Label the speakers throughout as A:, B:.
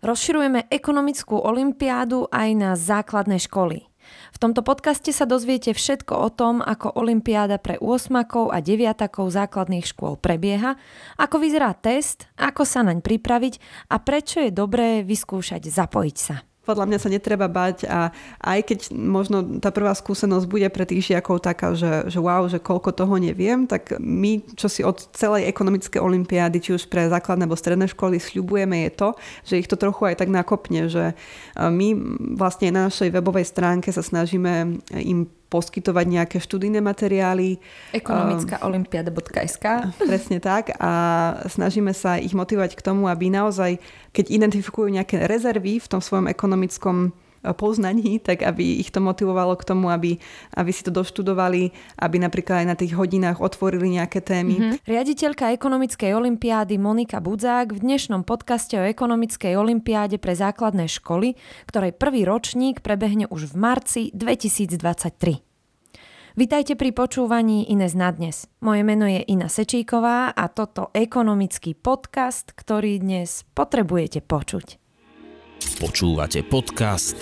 A: Rozširujeme ekonomickú olympiádu aj na základné školy. V tomto podcaste sa dozviete všetko o tom, ako olympiáda pre 8-akov a 9-akov základných škôl prebieha, ako vyzerá test, ako sa naň pripraviť a prečo je dobré vyskúšať zapojiť sa.
B: Podľa mňa sa netreba bať a aj keď možno tá prvá skúsenosť bude pre tých žiakov taká, že wow, že koľko toho neviem, tak my, čo si od celej ekonomickej olympiády, či už pre základné alebo stredné školy sľubujeme, je to, že ich to trochu aj tak nakopne, že my vlastne na našej webovej stránke sa snažíme im poskytovať nejaké študijné materiály.
A: Ekonomickaolympiada.sk
B: Presne tak. A snažíme sa ich motivovať k tomu, aby naozaj, keď identifikujú nejaké rezervy v tom svojom ekonomickom poznaní, tak aby ich to motivovalo k tomu, aby si to doštudovali, aby napríklad aj na tých hodinách otvorili nejaké témy.
A: Riaditeľka ekonomickej olympiády Monika Budzák v dnešnom podcaste o ekonomickej olympiáde pre základné školy, ktorej prvý ročník prebehne už v marci 2023. Vitajte pri počúvaní Ines na dnes. Moje meno je Ina Sečíková a toto ekonomický podcast, ktorý dnes potrebujete počuť.
C: Počúvate podcast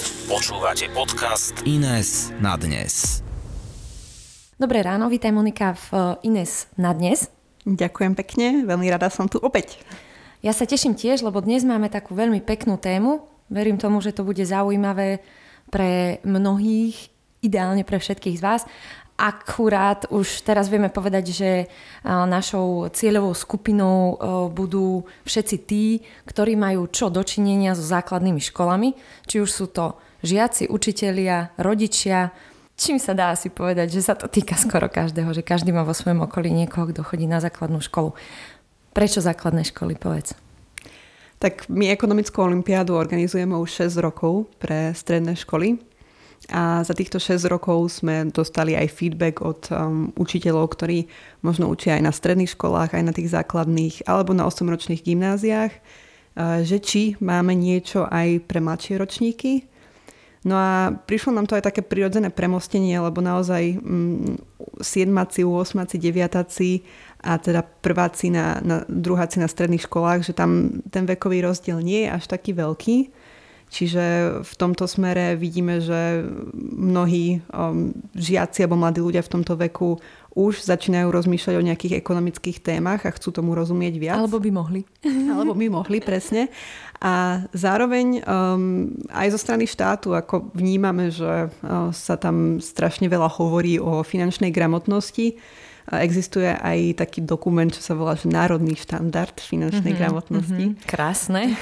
C: Ines na dnes.
A: Dobré ráno, vítaj Monika v Ines na dnes.
B: Ďakujem pekne, veľmi rada som tu opäť.
A: Ja sa teším tiež, lebo dnes máme takú veľmi peknú tému. Verím tomu, že to bude zaujímavé pre mnohých, ideálne pre všetkých z vás. Akurát už teraz vieme povedať, že našou cieľovou skupinou budú všetci tí, ktorí majú čo dočinenia so základnými školami. Či už sú to žiaci, učitelia, rodičia. Čím sa dá asi povedať, že sa to týka skoro každého, že každý má vo svojom okolí niekoho, kto chodí na základnú školu. Prečo základné školy, povedz?
B: Tak my ekonomickú olympiádu organizujeme už 6 rokov pre stredné školy. A za týchto 6 rokov sme dostali aj feedback od učiteľov, ktorí možno učia aj na stredných školách, aj na tých základných alebo na 8-ročných gymnáziách, že či máme niečo aj pre mladšie ročníky. No a prišlo nám to aj také prirodzené premostenie, lebo naozaj 7-aci, 8-aci, 9-aci a teda prváci druháci na stredných školách, že tam ten vekový rozdiel nie je až taký veľký. Čiže v tomto smere vidíme, že mnohí žiaci alebo mladí ľudia v tomto veku už začínajú rozmýšľať o nejakých ekonomických témach a chcú tomu rozumieť viac.
A: Alebo by mohli.
B: Alebo by mohli, presne. A zároveň aj zo strany štátu, ako vnímame, že sa tam strašne veľa hovorí o finančnej gramotnosti. Existuje aj taký dokument, čo sa volá že Národný štandard finančnej gramotnosti.
A: Krásne.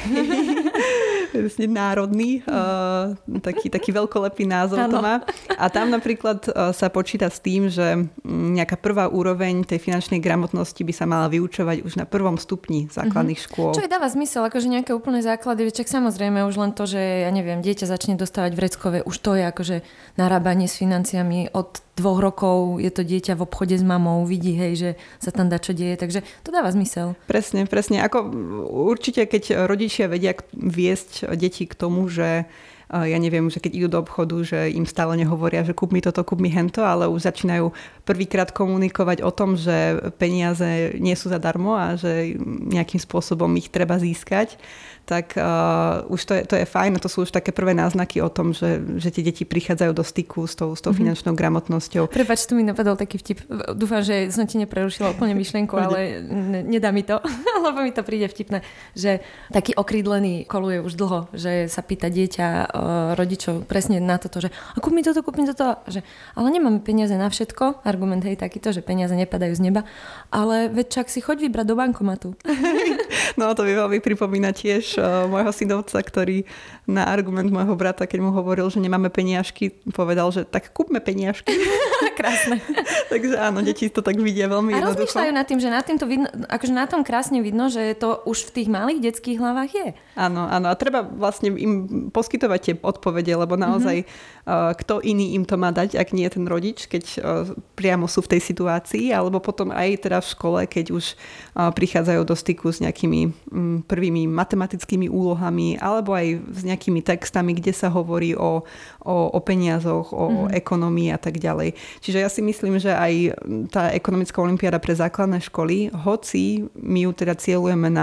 B: Národný, taký veľkolepý názov to má. A tam napríklad sa počíta s tým, že nejaká prvá úroveň tej finančnej gramotnosti by sa mala vyučovať už na 1. stupni základných škôl.
A: Čo je dáva zmysel, akože nejaké úplné základy, čak samozrejme už len to, že ja neviem, dieťa začne dostávať vreckové, už to je akože narábanie s financiami od 2 rokov je to dieťa v obchode s mamou, vidí, hej, že sa tam dá čo deje, takže to dáva zmysel.
B: Presne. Ako určite, keď rodičia vedia viesť deti k tomu, že ja neviem, že keď idú do obchodu, že im stále nehovoria, že kúp mi toto, kúp mi hento, ale už začínajú prvýkrát komunikovať o tom, že peniaze nie sú zadarmo a že nejakým spôsobom ich treba získať, tak už to je fajn. To sú už také prvé náznaky o tom, že tie deti prichádzajú do styku s tou finančnou gramotnosťou.
A: Prepáč, tu mi napadol taký vtip. Dúfam, že som ti neprerušila úplne myšlienku, ale nedá mi to, lebo mi to príde vtipné, že taký okrídlený koluje už dlho, že sa pýta dieťa rodičov presne na toto, že kúp mi toto, že ale nemáme peniaze na všetko. Argument je takýto, že peniaze nepadajú z neba, ale veď čak si choď vybrať do bankomatu.
B: No to by veľmi pripomína tiež môjho synovca, ktorý na argument môjho brata, keď mu hovoril, že nemáme peniažky, povedal, že tak kúpme peniažky.
A: Krásne.
B: Takže áno, deti to tak vidia veľmi jednoducho.
A: A rozmýšľajú nad tým, že na tým to vidno, akože na tom krásne vidno, že to už v tých malých detských hlavách je.
B: Áno. A treba vlastne im poskytovať tie odpovede, lebo naozaj kto iný im to má dať, ak nie ten rodič, keď priamo sú v tej situácii, alebo potom aj teda v škole, keď už prichádzajú do styku s nejakými prvými matematickými úlohami, alebo aj s nejakými textami, kde sa hovorí o peniazoch, o ekonomii a tak ďalej. Čiže ja si myslím, že aj tá ekonomická olympiáda pre základné školy, hoci my ju teda cieľujeme na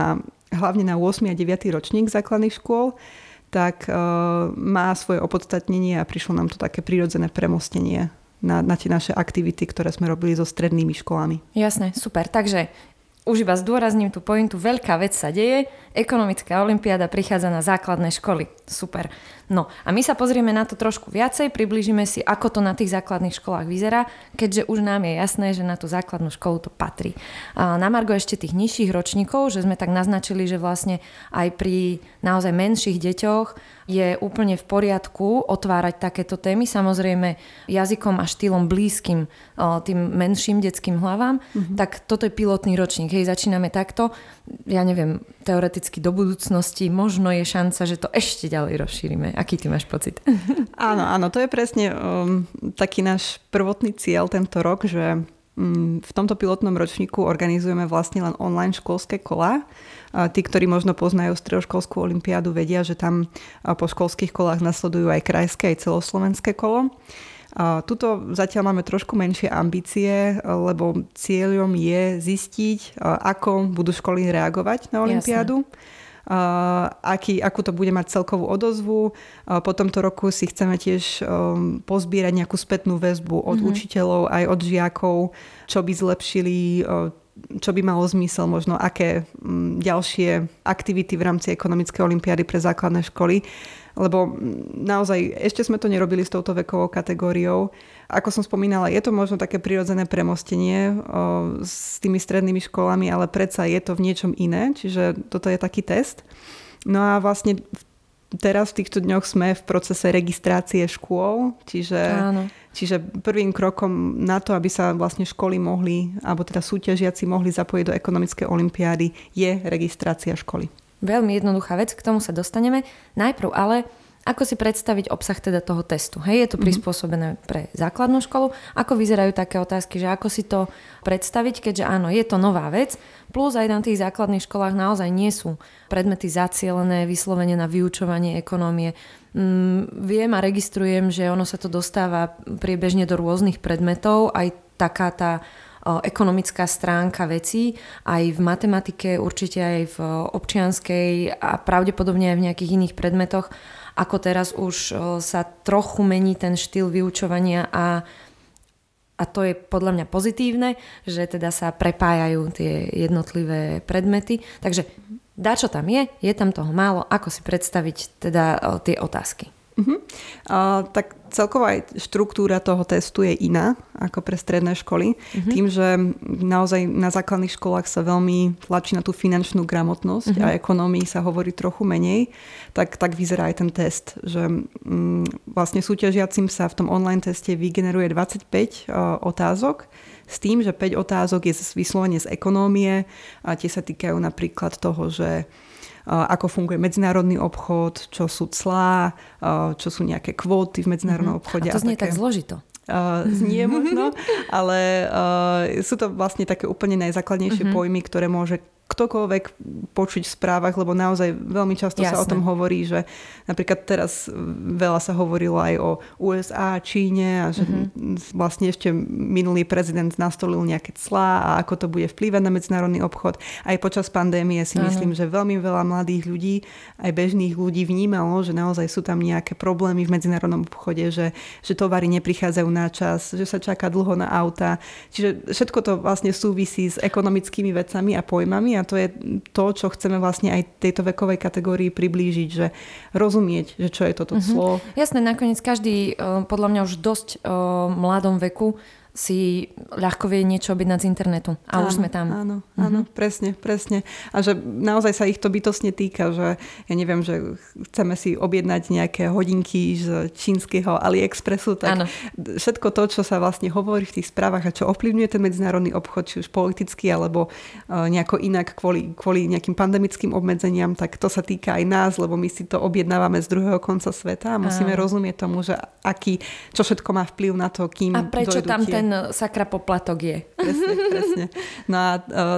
B: hlavne na 8. a 9. ročník základných škôl, tak má svoje opodstatnenie a prišlo nám to také prirodzené premostenie na tie naše aktivity, ktoré sme robili so strednými školami.
A: Jasné, super. Takže už iba zdôrazním tú pointu, veľká vec sa deje, ekonomická olympiáda prichádza na základné školy. Super. No a my sa pozrieme na to trošku viacej, priblížime si, ako to na tých základných školách vyzerá, keďže už nám je jasné, že na tú základnú školu to patrí. A na margo ešte tých nižších ročníkov, že sme tak naznačili, že vlastne aj pri naozaj menších deťoch je úplne v poriadku otvárať takéto témy, samozrejme jazykom a štýlom blízkym tým menším detským hlavám, tak toto je pilotný ročník. Hej, začíname takto, ja neviem, teoreticky do budúcnosti možno je šanca, že to ešte ďalej rozšírime. Aký ty máš pocit?
B: Áno, to je presne taký náš prvotný cieľ tento rok, že v tomto pilotnom ročníku organizujeme vlastne len online školské kolá. Tí, ktorí možno poznajú stredoškolskú olympiádu, vedia, že tam po školských kolách nasledujú aj krajské, aj celoslovenské kolo. Tuto zatiaľ máme trošku menšie ambície, lebo cieľom je zistiť, ako budú školy reagovať na olympiádu. Akú to bude mať celkovú odozvu. Po tomto roku si chceme tiež pozbierať nejakú spätnú väzbu od učiteľov aj od žiakov, čo by zlepšili, čo by malo zmysel, možno aké ďalšie aktivity v rámci ekonomickej olympiády pre základné školy. Lebo naozaj ešte sme to nerobili s touto vekovou kategóriou. Ako som spomínala, je to možno také prirodzené premostenie s tými strednými školami, ale predsa je to v niečom iné, čiže toto je taký test. No a vlastne teraz v týchto dňoch sme v procese registrácie škôl, čiže prvým krokom na to, aby sa vlastne školy mohli, alebo teda súťažiaci mohli zapojiť do ekonomickej olympiády, je registrácia školy.
A: Veľmi jednoduchá vec, k tomu sa dostaneme. Najprv ale, ako si predstaviť obsah teda toho testu? Hej, je to prispôsobené pre základnú školu. Ako vyzerajú také otázky, že ako si to predstaviť, keďže áno, je to nová vec, plus aj na tých základných školách naozaj nie sú predmety zacielené vyslovene na vyučovanie ekonómie. Viem a registrujem, že ono sa to dostáva priebežne do rôznych predmetov, aj taká tá ekonomická stránka vecí, aj v matematike, určite aj v občianskej a pravdepodobne aj v nejakých iných predmetoch, ako teraz už sa trochu mení ten štýl vyučovania a to je podľa mňa pozitívne, že teda sa prepájajú tie jednotlivé predmety. Takže dačo tam je tam toho málo, ako si predstaviť teda tie otázky.
B: Tak celková štruktúra toho testu je iná ako pre stredné školy. Tým, že naozaj na základných školách sa veľmi tlačí na tú finančnú gramotnosť a ekonómii sa hovorí trochu menej, tak vyzerá aj ten test. Že vlastne súťažiacim sa v tom online teste vygeneruje 25 otázok s tým, že 5 otázok je vyslovene z ekonómie a tie sa týkajú napríklad toho, že ako funguje medzinárodný obchod, čo sú clá, čo sú nejaké kvóty v medzinárodnom obchode.
A: A to znie tak zložito.
B: Znie možno, ale sú to vlastne také úplne najzákladnejšie pojmy, ktoré môže ktokoľvek počuť v správach, lebo naozaj veľmi často sa o tom hovorí, že napríklad teraz veľa sa hovorilo aj o USA, Číne a že vlastne ešte minulý prezident nastolil nejaké clá a ako to bude vplývať na medzinárodný obchod. Aj počas pandémie si myslím, že veľmi veľa mladých ľudí, aj bežných ľudí vnímalo, že naozaj sú tam nejaké problémy v medzinárodnom obchode, že tovary neprichádzajú na čas, že sa čaká dlho na auta. Čiže všetko to vlastne súvisí s ekonomickými vecami a pojmami a to je to, čo chceme vlastne aj tejto vekovej kategórii priblížiť, že rozumieť, že čo je toto clo.
A: Jasné, nakoniec každý podľa mňa už dosť mladom veku si ľahko vie niečo objednať z internetu. A už sme tam.
B: Áno, presne. A že naozaj sa ich to bytostne týka, že ja neviem, že chceme si objednať nejaké hodinky z čínskeho AliExpressu, tak všetko to, čo sa vlastne hovorí v tých správach a čo ovplyvňuje ten medzinárodný obchod, či už politicky, alebo nejako inak kvôli nejakým pandemickým obmedzeniam, tak to sa týka aj nás, lebo my si to objednávame z druhého konca sveta a musíme rozumieť tomu, že čo všetko má vplyv na to, kým
A: a prečo
B: dojdú
A: tam ten sakra poplatok je.
B: Presne. No a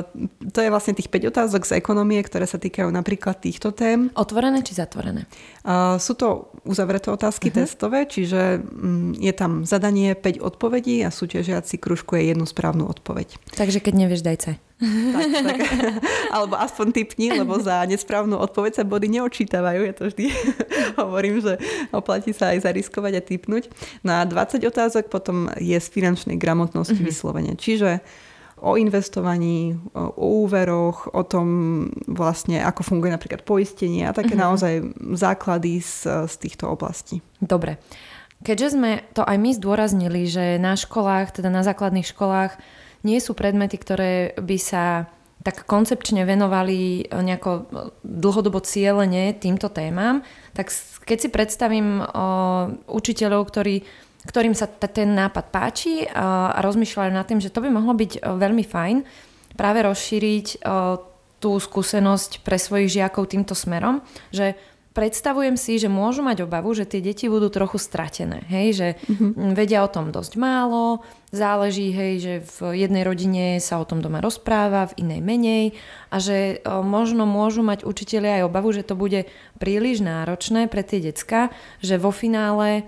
B: to je vlastne tých 5 otázok z ekonomie, ktoré sa týkajú napríklad týchto tém.
A: Otvorené či zatvorené?
B: Sú to uzavreté otázky testové, čiže je tam zadanie 5 odpovedí a súťažiaci kružkuje jednu správnu odpoveď.
A: Takže keď nevieš, daj C.
B: Tak. Alebo aspoň tipni, lebo za nesprávnu odpoveď sa body neočítavajú. Ja to vždy hovorím, že oplatí sa aj zariskovať a tipnúť. Na 20 otázok potom je z finančnej gramotnosti vyslovene. Čiže o investovaní, o úveroch, o tom vlastne, ako funguje napríklad poistenie a také naozaj základy z týchto oblastí.
A: Dobre. Keďže sme to aj my zdôraznili, že na školách, teda na základných školách nie sú predmety, ktoré by sa tak koncepčne venovali nejako dlhodobo cieľene týmto témam, tak keď si predstavím učiteľov, ktorým sa ten nápad páči a rozmýšľajú nad tým, že to by mohlo byť veľmi fajn práve rozšíriť tú skúsenosť pre svojich žiakov týmto smerom, že predstavujem si, že môžu mať obavu, že tie deti budú trochu stratené, hej, že vedia o tom dosť málo, záleží, hej, že v jednej rodine sa o tom doma rozpráva, v inej menej a že možno môžu mať učitelia aj obavu, že to bude príliš náročné pre tie decka, že vo finále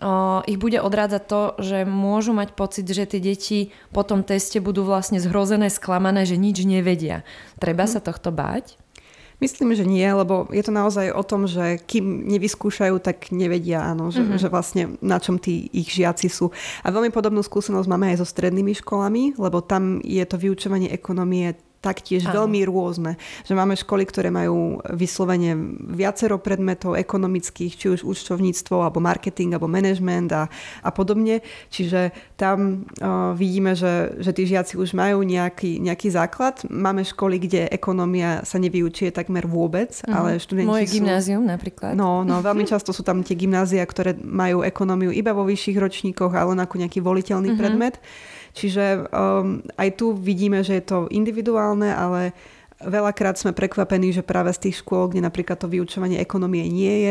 A: ich bude odrádzať to, že môžu mať pocit, že tie deti po tom teste budú vlastne zhrozené, sklamané, že nič nevedia. Treba sa tohto báť?
B: Myslím, že nie, lebo je to naozaj o tom, že kým nevyskúšajú, tak nevedia, áno, že vlastne na čom tí ich žiaci sú. A veľmi podobnú skúsenosť máme aj so strednými školami, lebo tam je to vyučovanie ekonomie taktiež veľmi rôzne. Že máme školy, ktoré majú vyslovene viacero predmetov ekonomických, či už účtovníctvo, alebo marketing, alebo management a podobne. Čiže tam vidíme, že tí žiaci už majú nejaký základ. Máme školy, kde ekonomia sa nevyučuje takmer vôbec, ale študenti
A: Moje gymnázium napríklad.
B: No, veľmi často sú tam tie gymnázia, ktoré majú ekonómiu iba vo vyšších ročníkoch, ale ako nejaký voliteľný predmet. Čiže aj tu vidíme, že je to individuálne, ale veľakrát sme prekvapení, že práve z tých škôl, kde napríklad to vyučovanie ekonomie nie je,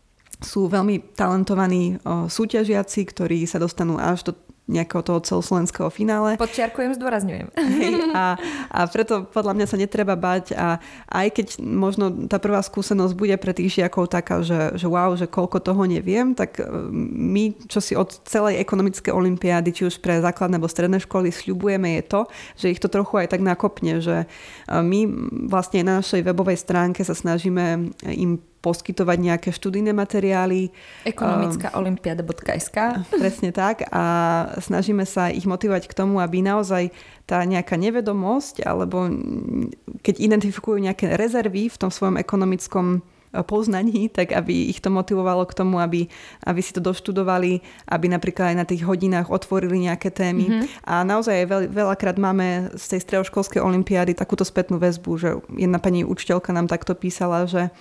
B: sú veľmi talentovaní súťažiaci, ktorí sa dostanú až do nejakého toho celoslovenského finále.
A: Podčiarkujem, zdôrazňujem.
B: A preto podľa mňa sa netreba bať a aj keď možno tá prvá skúsenosť bude pre tých žiakov taká, že wow, že koľko toho neviem, tak my, čo si od celej ekonomickej olympiády, či už pre základné alebo stredné školy sľubujeme, je to, že ich to trochu aj tak nakopne, že my vlastne na našej webovej stránke sa snažíme im poskytovať nejaké študijné materiály.
A: Ekonomickaolympiada.sk
B: Presne tak. A snažíme sa ich motivovať k tomu, aby naozaj tá nejaká nevedomosť, alebo keď identifikujú nejaké rezervy v tom svojom ekonomickom poznaní, tak aby ich to motivovalo k tomu, aby si to doštudovali, aby napríklad aj na tých hodinách otvorili nejaké témy. A naozaj veľakrát máme z tej stredoškolskej olympiády takúto spätnú väzbu, že jedna pani učiteľka nám takto písala, že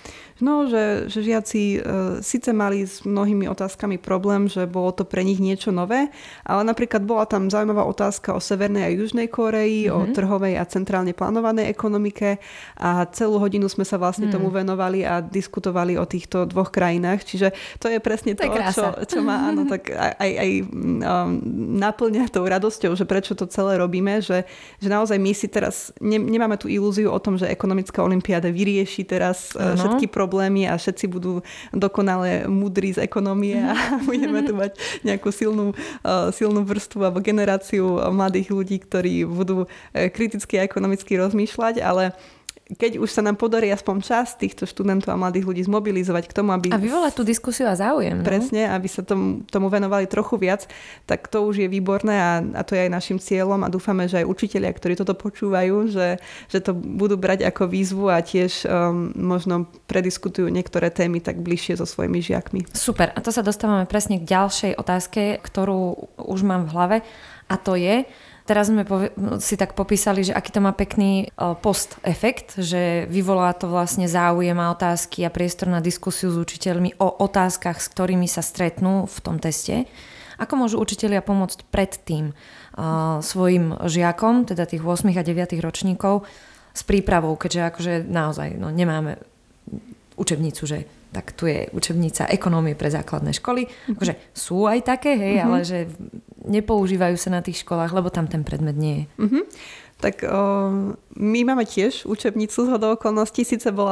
B: žiaci síce mali s mnohými otázkami problém, že bolo to pre nich niečo nové, ale napríklad bola tam zaujímavá otázka o Severnej a Južnej Koreji, o trhovej a centrálne plánovanej ekonomike a celú hodinu sme sa vlastne tomu venovali a diskutovali o týchto dvoch krajinách. Čiže to je presne to čo má áno, tak aj naplňa tou radosťou, že prečo to celé robíme, že naozaj my si teraz nemáme tú ilúziu o tom, že ekonomická olympiáda vyrieši teraz všetky problémy a všetci budú dokonale múdri z ekonomie a budeme tu mať nejakú silnú vrstvu alebo generáciu mladých ľudí, ktorí budú kriticky a ekonomicky rozmýšľať, ale keď už sa nám podarí aspoň čas týchto študentov a mladých ľudí zmobilizovať k tomu, aby...
A: A vyvolať tú diskusiu a záujem.
B: Presne, aby sa tomu venovali trochu viac, tak to už je výborné a to je aj našim cieľom a dúfame, že aj učitelia, ktorí toto počúvajú, že to budú brať ako výzvu a tiež možno prediskutujú niektoré témy tak bližšie so svojimi žiakmi.
A: Super, a to sa dostávame presne k ďalšej otázke, ktorú už mám v hlave a to je... Teraz sme si tak popísali, že aký to má pekný post-efekt, že vyvolá to vlastne záujem a otázky a priestor na diskusiu s učiteľmi o otázkach, s ktorými sa stretnú v tom teste. Ako môžu učitelia pomôcť predtým svojim žiakom, teda tých 8 a 9 ročníkov, s prípravou, keďže akože naozaj nemáme učebnicu, že tak tu je učebnica ekonómie pre základné školy. Akože sú aj také, hej, ale že nepoužívajú sa na tých školách, lebo tam ten predmet nie je.
B: Tak my máme tiež učebnicu zhodou okolností. Sice bola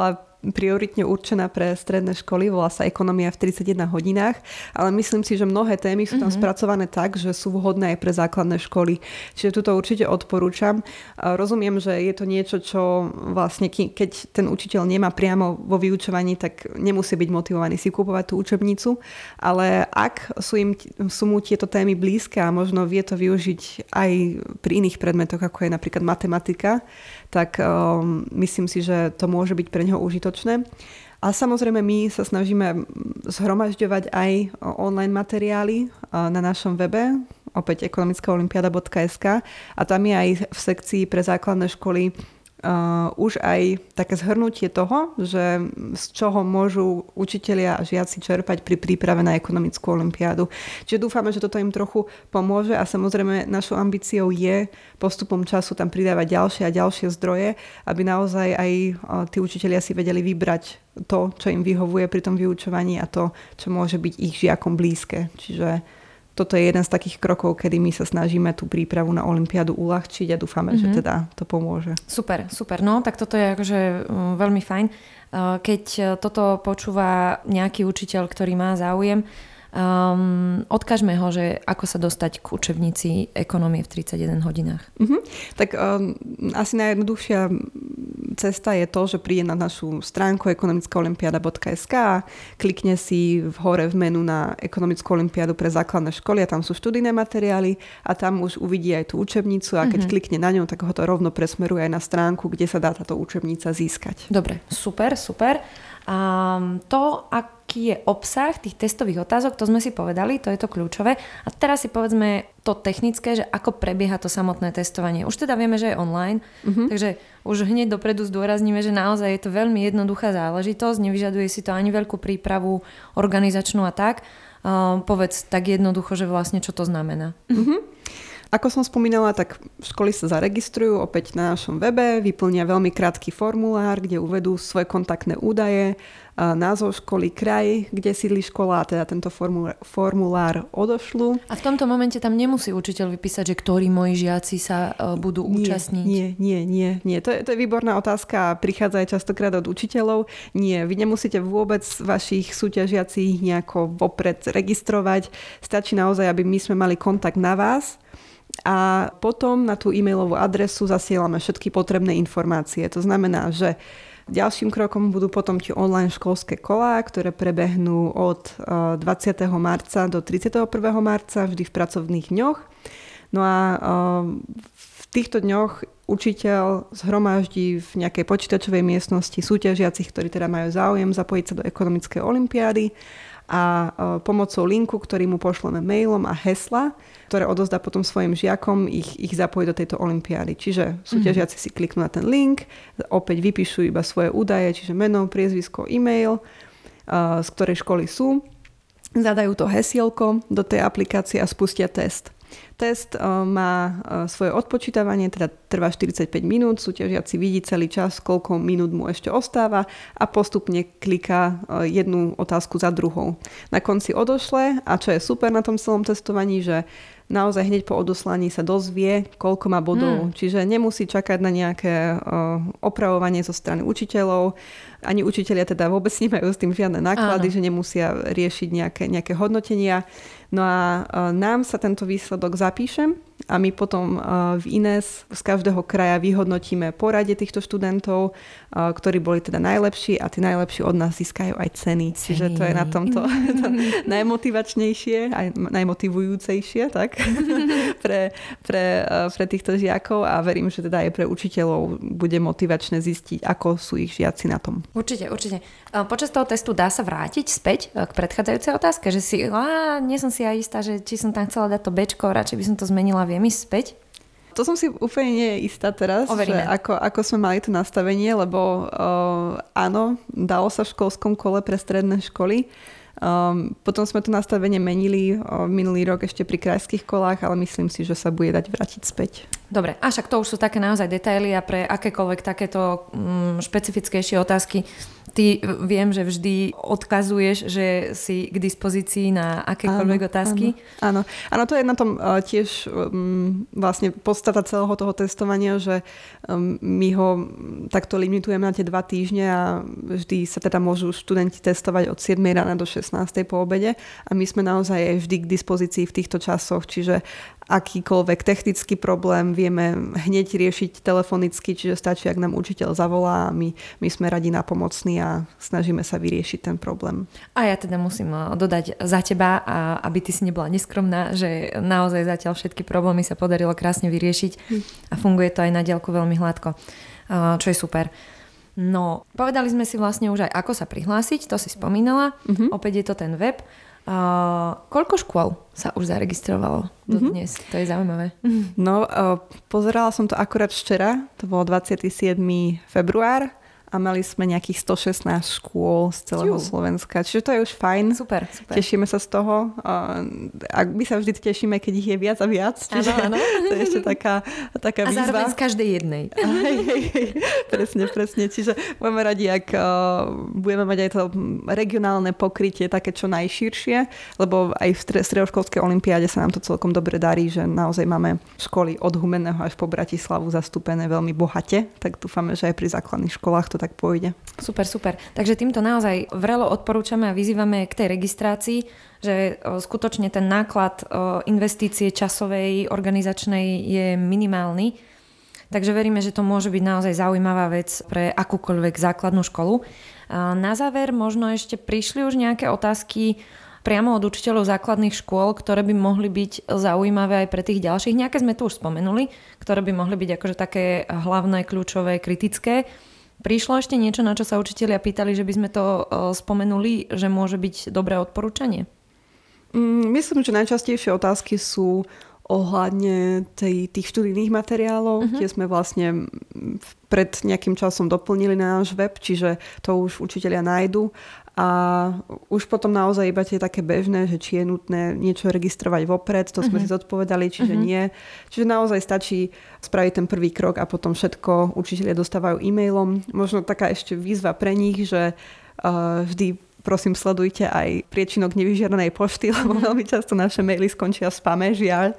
B: prioritne určená pre stredné školy, volá sa Ekonomia v 31 hodinách, ale myslím si, že mnohé témy sú tam spracované tak, že sú vhodné aj pre základné školy. Čiže tuto určite odporúčam. Rozumiem, že je to niečo, čo vlastne, keď ten učiteľ nemá priamo vo vyučovaní, tak nemusí byť motivovaný si kúpovať tú učebnicu, ale ak sú mu tieto témy blízke a možno vie to využiť aj pri iných predmetoch, ako je napríklad matematika, tak myslím si, že to môže byť pre neho užitočné. A samozrejme my sa snažíme zhromažďovať aj online materiály na našom webe, opäť ekonomickaolimpiada.sk, a tam je aj v sekcii pre základné školy už aj také zhrnutie toho, že z čoho môžu učitelia a žiaci čerpať pri príprave na ekonomickú olympiádu. Čiže dúfame, že toto im trochu pomôže a samozrejme našou ambíciou je postupom času tam pridávať ďalšie a ďalšie zdroje, aby naozaj aj tí učitelia si vedeli vybrať to, čo im vyhovuje pri tom vyučovaní a to, čo môže byť ich žiakom blízke. Čiže toto je jeden z takých krokov, kedy my sa snažíme tú prípravu na olympiádu uľahčiť a dúfame, že teda to pomôže.
A: Super. No, tak toto je akože veľmi fajn. Keď toto počúva nejaký učiteľ, ktorý má záujem, odkážme ho, že ako sa dostať k učebnici ekonomie v 31 hodinách.
B: Tak asi najjednoduchšia cesta je to, že príde na našu stránku ekonomickaolimpiada.sk a klikne si hore v menu na ekonomickú olympiádu pre základné školy a tam sú študijné materiály a tam už uvidí aj tú učebnicu a keď klikne na ňu, tak ho to rovno presmeruje aj na stránku, kde sa dá táto učebnica získať.
A: Dobre, super. To, aký je obsah tých testových otázok, to sme si povedali, to je to kľúčové. A teraz si povedzme to technické, že ako prebieha to samotné testovanie. Už teda vieme, že je online, takže už hneď dopredu zdôrazníme, že naozaj je to veľmi jednoduchá záležitosť, nevyžaduje si to ani veľkú prípravu organizačnú a tak. Povedz tak jednoducho, že vlastne čo to znamená.
B: Ako som spomínala, tak školy sa zaregistrujú opäť na našom webe, vyplnia veľmi krátky formulár, kde uvedú svoje kontaktné údaje, názov školy, kraj, kde sídli škola, a teda tento formulár odošľú.
A: A v tomto momente tam nemusí učiteľ vypísať, že ktorí moji žiaci sa budú účastniť?
B: Nie. To je výborná otázka a prichádza aj častokrát od učiteľov. Nie, vy nemusíte vôbec vašich súťažiacich nejako vopred registrovať. Stačí naozaj, aby my sme mali kontakt na vás. A potom na tú e-mailovú adresu zasielame všetky potrebné informácie. To znamená, že ďalším krokom budú potom tie online školské kolá, ktoré prebehnú od 20. marca do 31. marca, vždy v pracovných dňoch. No a v týchto dňoch učiteľ zhromaždí v nejakej počítačovej miestnosti súťažiacich, ktorí teda majú záujem zapojiť sa do ekonomickej olympiády a pomocou linku, ktorý mu pošleme mailom a hesla, ktoré odozdá potom svojim žiakom, ich zapojí do tejto olympiády. Čiže súťažiaci si kliknú na ten link, opäť vypíšu iba svoje údaje, čiže meno, priezvisko, e-mail, z ktorej školy sú, zadajú to hesielko do tej aplikácie a spustia test. Test má svoje odpočítavanie, teda trvá 45 minút, súťažiaci vidí celý čas, koľko minút mu ešte ostáva a postupne kliká jednu otázku za druhou. Na konci odošle a čo je super na tom celom testovaní, že naozaj hneď po odoslaní sa dozvie, koľko má bodov. Čiže nemusí čakať na nejaké opravovanie zo strany učiteľov. Ani učitelia teda vôbec nemajú s tým žiadne náklady, že nemusia riešiť nejaké hodnotenia. No a nám sa tento výsledok zapíše a my potom v INES z každého kraja vyhodnotíme poradie týchto študentov, ktorí boli teda najlepší a tí najlepší od nás získajú aj ceny. Čiže to je na tomto najmotivačnejšie, aj najmotivujúcejšie, tak? pre týchto žiakov a verím, že teda aj pre učiteľov bude motivačné zistiť, ako sú ich žiaci na tom.
A: Určite. Počas toho testu dá sa vrátiť späť k predchádzajúcej otázke, že nie som si aj istá, že či som tam chcela dať to Bčko, radšej by som to zmenila, viem ísť späť?
B: To som si úplne nie je istá teraz, že ako sme mali to nastavenie, lebo áno, dalo sa v školskom kole pre stredné školy. Potom sme to nastavenie menili minulý rok ešte pri krajských kolách, ale myslím si, že sa bude dať vrátiť späť.
A: Dobre, však to už sú také naozaj detaily a pre akékoľvek takéto špecifickejšie otázky Ty viem, že vždy odkazuješ, že si k dispozícii na akékoľvek otázky.
B: Áno, to je na tom tiež vlastne podstata celého toho testovania, že my ho takto limitujeme na tie 2 týždne a vždy sa teda môžu študenti testovať od 7 rána do 16 po obede a my sme naozaj aj vždy k dispozícii v týchto časoch, čiže akýkoľvek technický problém vieme hneď riešiť telefonicky, čiže stačí, ak nám učiteľ zavolá a my sme radi napomocní a snažíme sa vyriešiť ten problém.
A: A ja teda musím dodať za teba, aby ty si nebola neskromná, že naozaj zatiaľ všetky problémy sa podarilo krásne vyriešiť a funguje to aj na diaľku veľmi hladko, čo je super. No, povedali sme si vlastne už aj, ako sa prihlásiť, to si spomínala. Opäť je to ten web. Koľko škôl sa už zaregistrovalo dnes? To je zaujímavé.
B: No, pozerala som to akurát včera, to bolo 27. február a mali sme nejakých 116 škôl z celého Slovenska. Čiže to je už fajn.
A: Super.
B: Tešíme sa z toho. A my sa vždy tešíme, keď ich je viac a viac. Čiže
A: áno.
B: To je ešte taká výzva. A
A: zároveň z každej jednej.
B: Presne. Čiže budeme radi, ak budeme mať aj to regionálne pokrytie také čo najširšie, lebo aj v stredoškolskej olympiáde sa nám to celkom dobre darí, že naozaj máme školy od Humenného až po Bratislavu zastúpené veľmi bohate. Tak dúfame, že aj pri základných školách to tak pôjde.
A: Super. Takže týmto naozaj vrelo odporúčame a vyzývame k tej registrácii, že skutočne ten náklad investície časovej, organizačnej je minimálny. Takže veríme, že to môže byť naozaj zaujímavá vec pre akúkoľvek základnú školu. Na záver možno ešte prišli už nejaké otázky priamo od učiteľov základných škôl, ktoré by mohli byť zaujímavé aj pre tých ďalších. Nejaké sme tu už spomenuli, ktoré by mohli byť akože také hlavné, kľúčové, kritické. Prišlo ešte niečo, na čo sa učitelia pýtali, že by sme to spomenuli, že môže byť dobré odporúčanie?
B: Myslím, že najčastejšie otázky sú ohľadne tých študijných materiálov. Tie sme vlastne pred nejakým časom doplnili na náš web, čiže to už učitelia nájdu. A už potom naozaj iba tie také bežné, že či je nutné niečo registrovať vopred, to sme si zodpovedali, čiže nie. Čiže naozaj stačí spraviť ten prvý krok a potom všetko učitelia dostávajú e-mailom. Možno taká ešte výzva pre nich, že vždy prosím sledujte aj priečinok nevyžiadanej pošty, lebo veľmi často naše maily skončia v spame, žiaľ.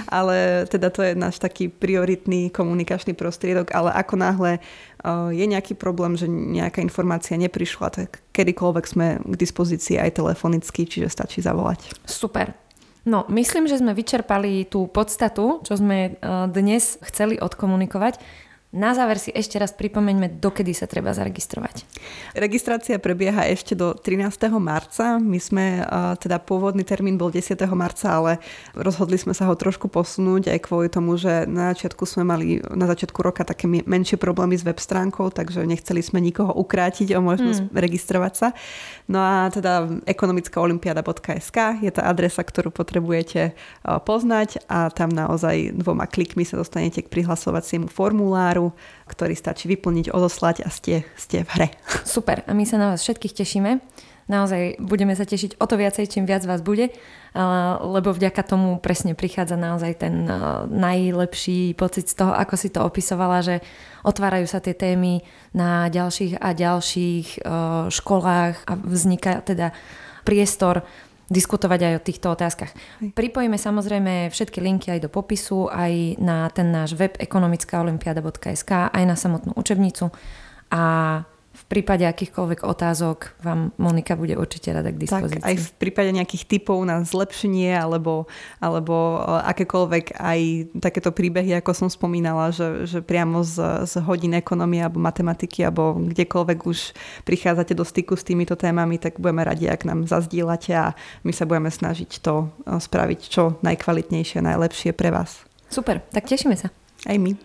B: Ale teda to je náš taký prioritný komunikačný prostriedok, ale ako náhle je nejaký problém, že nejaká informácia neprišla, tak kedykoľvek sme k dispozícii aj telefonicky, čiže stačí zavolať.
A: Super. No, myslím, že sme vyčerpali tú podstatu, čo sme dnes chceli odkomunikovať. Na záver si ešte raz pripomeňme, dokedy sa treba zaregistrovať.
B: Registrácia prebieha ešte do 13. marca. My sme, teda pôvodný termín bol 10. marca, ale rozhodli sme sa ho trošku posunúť aj kvôli tomu, že na začiatku sme mali na začiatku roka také menšie problémy s web stránkou, takže nechceli sme nikoho ukrátiť o možnosť registrovať sa. No a teda ekonomickaolympiada.sk je tá adresa, ktorú potrebujete poznať a tam naozaj 2 klikmi sa dostanete k prihlasovaciemu formuláru, ktorý stačí vyplniť, odoslať a ste v hre.
A: Super, a my sa na vás všetkých tešíme. Naozaj budeme sa tešiť o to viacej, čím viac vás bude, lebo vďaka tomu presne prichádza naozaj ten najlepší pocit z toho, ako si to opisovala, že otvárajú sa tie témy na ďalších a ďalších školách a vzniká teda priestor diskutovať aj o týchto otázkach. Pripojíme samozrejme všetky linky aj do popisu, aj na ten náš web ekonomickaolympiada.sk, aj na samotnú učebnicu a v prípade akýchkoľvek otázok vám Monika bude určite rada k dispozícii.
B: Tak, aj v prípade nejakých tipov na zlepšenie alebo akékoľvek aj takéto príbehy, ako som spomínala, že priamo z hodín ekonomie alebo matematiky alebo kdekoľvek už prichádzate do styku s týmito témami, tak budeme radi, ak nám zazdieľate a my sa budeme snažiť to spraviť čo najkvalitnejšie a najlepšie pre vás.
A: Super, tak tešíme sa.
B: Aj my.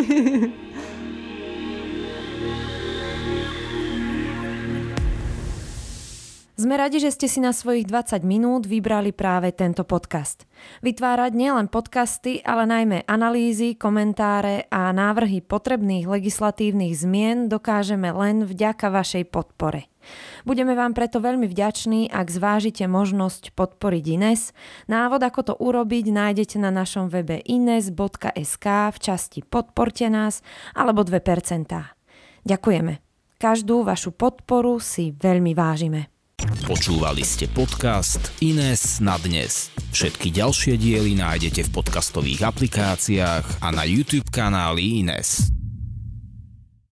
A: Sme radi, že ste si na svojich 20 minút vybrali práve tento podcast. Vytvárať nielen podcasty, ale najmä analýzy, komentáre a návrhy potrebných legislatívnych zmien dokážeme len vďaka vašej podpore. Budeme vám preto veľmi vďační, ak zvážite možnosť podporiť Ines. Návod, ako to urobiť, nájdete na našom webe ines.sk v časti Podporte nás alebo 2%. Ďakujeme. každú vašu podporu si veľmi vážime.
C: Počúvali ste podcast Ines na dnes. Všetky ďalšie diely nájdete v podcastových aplikáciách a na YouTube kanáli Ines.